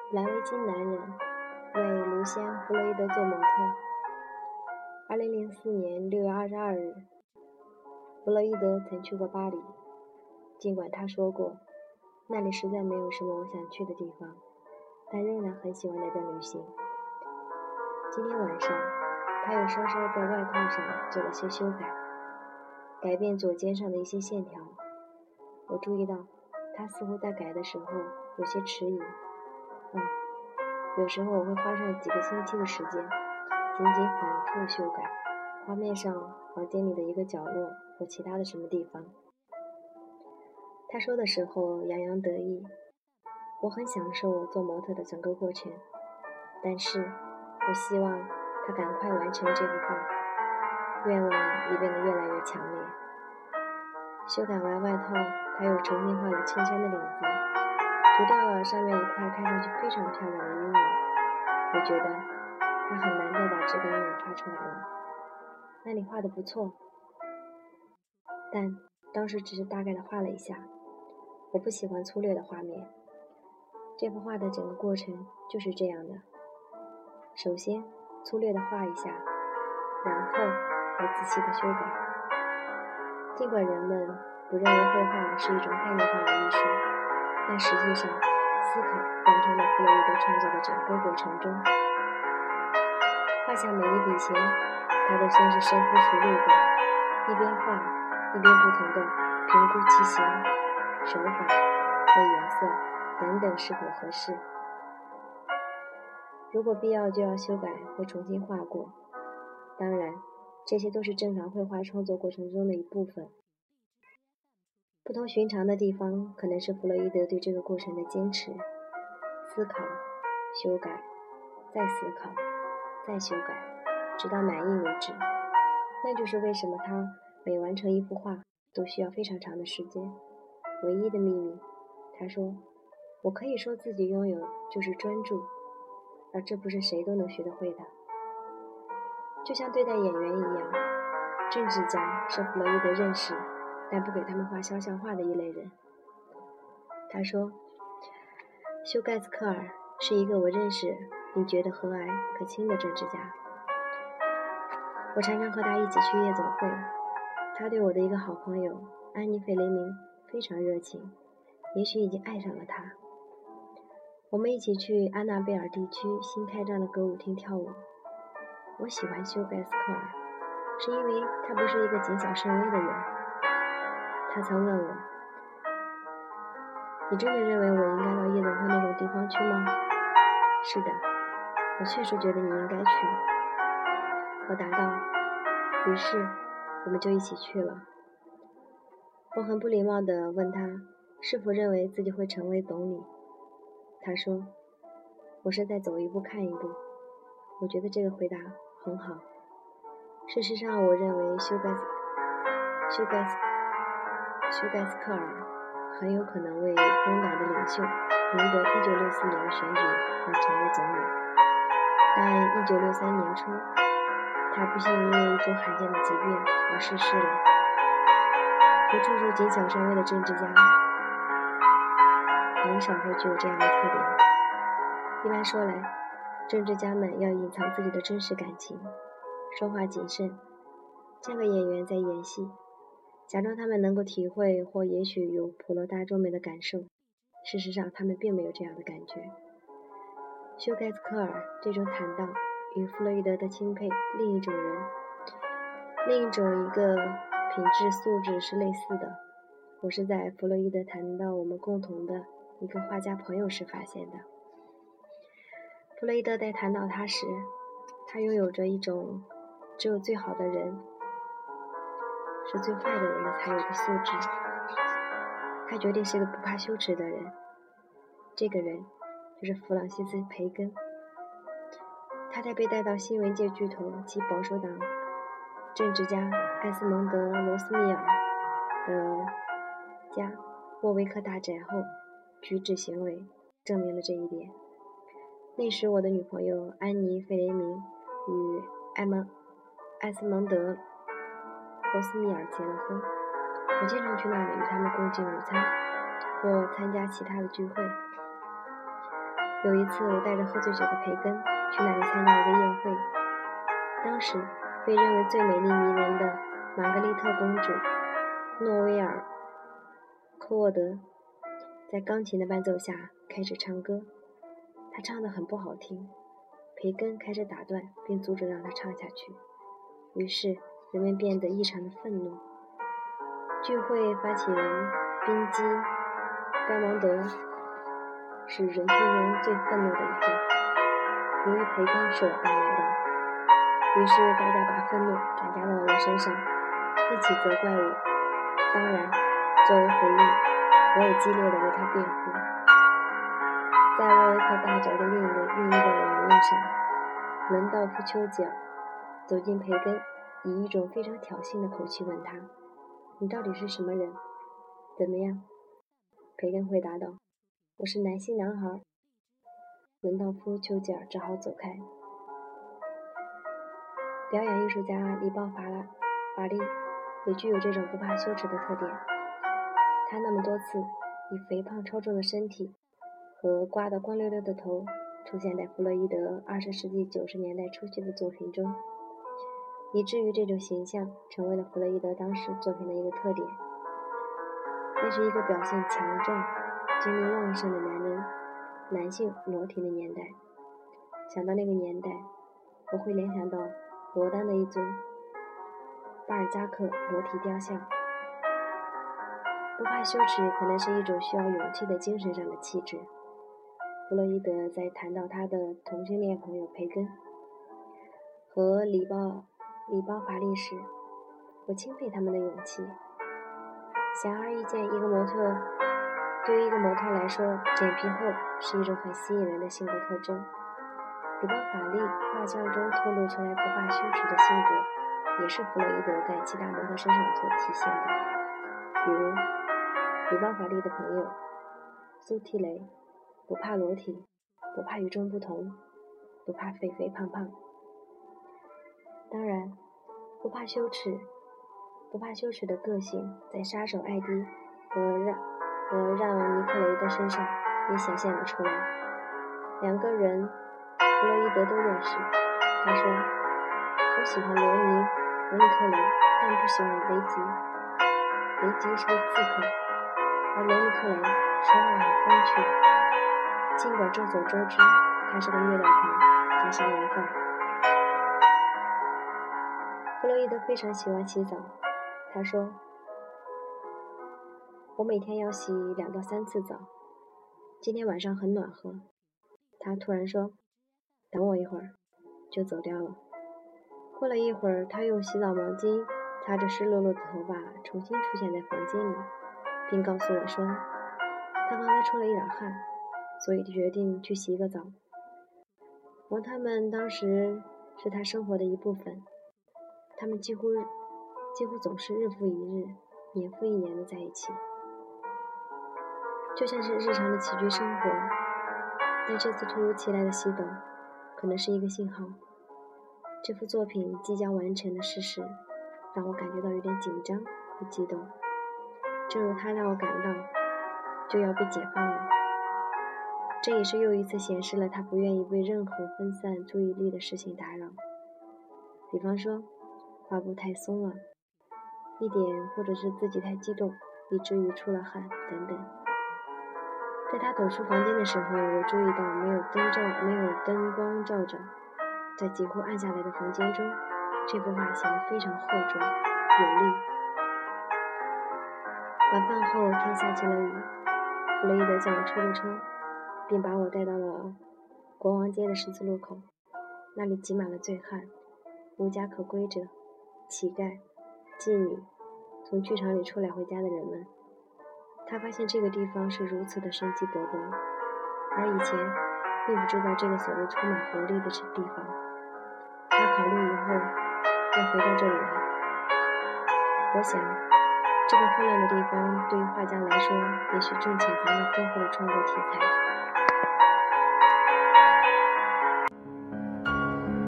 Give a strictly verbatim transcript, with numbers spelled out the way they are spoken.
蓝围巾男人为卢西安·弗洛伊德做模特。二零零四年六月二十二日，弗洛伊德曾去过巴黎，尽管他说过那里实在没有什么我想去的地方，但仍然很喜欢那段旅行。今天晚上，他又稍稍在外套上做了些修改，改变左肩上的一些线条。我注意到他似乎在改的时候有些迟疑。嗯，有时候我会花上几个星期的时间，仅仅反复修改画面上房间里的一个角落或其他的什么地方。他说的时候洋洋得意。我很享受做模特的整个过程，但是我希望他赶快完成这幅画，愿望也变得越来越强烈。修改完外套，他又重新画了衬衫的领子，涂掉了上面一块看上去非常漂亮的阴影。我觉得他很难再把这个阴影画出来了。那你画得不错，但当时只是大概的画了一下。我不喜欢粗略的画面。这幅画的整个过程就是这样的：首先粗略的画一下，然后再仔细的修改。尽管人们不认为绘画是一种概念化的艺术，但实际上思考贯穿了弗洛伊德创作的整个过程中。画下每一笔前，他都先是深思熟虑过，一边画一边不停地评估其形、手法和颜色等等是否合适。如果必要就要修改或重新画过。当然，这些都是正常绘画创作过程中的一部分。不同寻常的地方可能是弗洛伊德对这个过程的坚持：思考、修改、再思考、再修改，直到满意为止。那就是为什么他每完成一幅画都需要非常长的时间。唯一的秘密，他说，我可以说自己拥有就是专注，而这不是谁都能学得会的。就像对待演员一样，政治家是弗洛伊德认识但不给他们画肖像画的一类人。他说，休盖斯科尔是一个我认识并觉得和蔼可亲的政治家。我常常和他一起去夜总会，他对我的一个好朋友安妮·费雷明非常热情，也许已经爱上了他。我们一起去安纳贝尔地区新开张的歌舞厅跳舞。我喜欢休盖斯科尔，是因为他不是一个谨小慎微的人。他曾问我，你真的认为我应该到夜总会那种地方去吗？是的，我确实觉得你应该去。我答道，于是我们就一起去了。我很不礼貌地问他是否认为自己会成为总理。他说，我是在走一步看一步。我觉得这个回答很好。事实上，我认为休盖斯休盖斯休盖斯科尔很有可能为工党的领袖赢得一九六四年的选举而成为总理。但一九六三年初，他不幸因为一种罕见的疾病而逝世了。不注重谨小慎微的政治家很少会具有这样的特点。一般说来，政治家们要隐藏自己的真实感情，说话谨慎，像个演员在演戏，假装他们能够体会或也许有普罗大众们的感受。事实上，他们并没有这样的感觉。休盖斯科尔这种坦荡与弗洛伊德的钦佩另一种人，另一种一个品质素质是类似的。我是在弗洛伊德谈到我们共同的一个画家朋友时发现的。弗洛伊德在谈到他时，他拥有着一种只有最好的人是最坏的人才有的素质。他绝对是个不怕羞耻的人。这个人就是弗朗西斯·培根。他在被带到新闻界巨头及保守党政治家埃斯蒙德·罗斯米尔的家沃维克大宅后，举止行为证明了这一点。那时我的女朋友安妮·费雷明与埃蒙埃斯蒙德·罗斯米尔结了婚。我经常去那里与他们共进午餐或参加其他的聚会。 有一次，我带着喝醉酒的培根去那里参加一个宴会，当时被认为最美丽迷人的玛格丽特公主诺威尔·科沃德在钢琴的伴奏下开始唱歌，她唱得很不好听，培根开始打断并阻止让她唱下去，于是人们变得异常的愤怒。聚会发起人宾基·盖蒙德是人群中最愤怒的一个，因为培根是我带来的，于是大家把愤怒转嫁到了我身上，一起责怪我。当然，作为回应，我也激烈地为他辩护。在沃维克大宅的另一个另一个晚宴上，伦道夫·丘吉尔走进培根，以一种非常挑衅的口气问他：“你到底是什么人？怎么样？”培根回答道：“我是南希男孩。”伦道夫·丘吉尔只好走开。表演艺术家里鲍法拉法利也具有这种不怕羞耻的特点。他那么多次以肥胖超重的身体和刮得光溜溜的头出现在弗洛伊德二十世纪九十年代初期的作品中，以至于这种形象成为了弗洛伊德当时作品的一个特点。那是一个表现强壮、精力旺盛的男人、男性裸体的年代。想到那个年代，我会联想到罗丹的一尊巴尔扎克裸体雕像。不怕羞耻可能是一种需要勇气的精神上的气质。弗洛伊德在谈到他的同性恋朋友培根和里鲍里鲍法利时，我钦佩他们的勇气。显而易见，一个模特对于一个模特来说，脸皮厚是一种很吸引人的性格特征。里鲍法利画像中透露出来不怕羞耻的性格，也是弗洛伊德在其他模特身上所体现的。比如里鲍法利的朋友苏提雷，不怕裸体，不怕与众不同，不怕肥肥胖胖。当然，不怕羞耻不怕羞耻的个性在杀手艾迪和让和让尼克雷的身上也显现了出来。两个人弗洛伊德都认识。他说：“我喜欢罗尼罗尼克雷，但不喜欢雷吉。雷吉是个刺客，而罗尼克雷说话很风趣。尽管众所周知，他是个虐待狂加杀人犯。”弗洛伊德非常喜欢洗澡。他说：“我每天要洗两到三次澡。今天晚上很暖和。”他突然说：“等我一会儿。”就走掉了。过了一会儿，他用洗澡毛巾擦着湿漉漉的头发，重新出现在房间里，并告诉我说，他刚才出了一点汗，所以决定去洗个澡。模特们当时是他生活的一部分，他们几乎几乎总是日复一日、年复一年的在一起，就像是日常的起居生活。但这次突如其来的洗澡可能是一个信号。这幅作品即将完成的事实让我感觉到有点紧张和激动，正如它让我感到就要被解放了。这也是又一次显示了他不愿意被任何分散注意力的事情打扰，比方说画布太松了一点，或者是自己太激动以至于出了汗等等。在他走出房间的时候，我注意到没有灯照没有灯光照着，在几乎暗下来的房间中，这幅画显得非常厚重有力。晚饭后天下起了雨，弗洛伊德叫我出了车，并把我带到了国王街的十字路口，那里挤满了醉汉、无家可归者、乞丐、妓女，从剧场里出来回家的人们。他发现这个地方是如此的生机勃勃，而以前并不知道这个所谓充满活力的地方。他考虑以后要回到这里来。我想这个混乱的地方对于画家来说也许正潜藏着丰富的创作题材。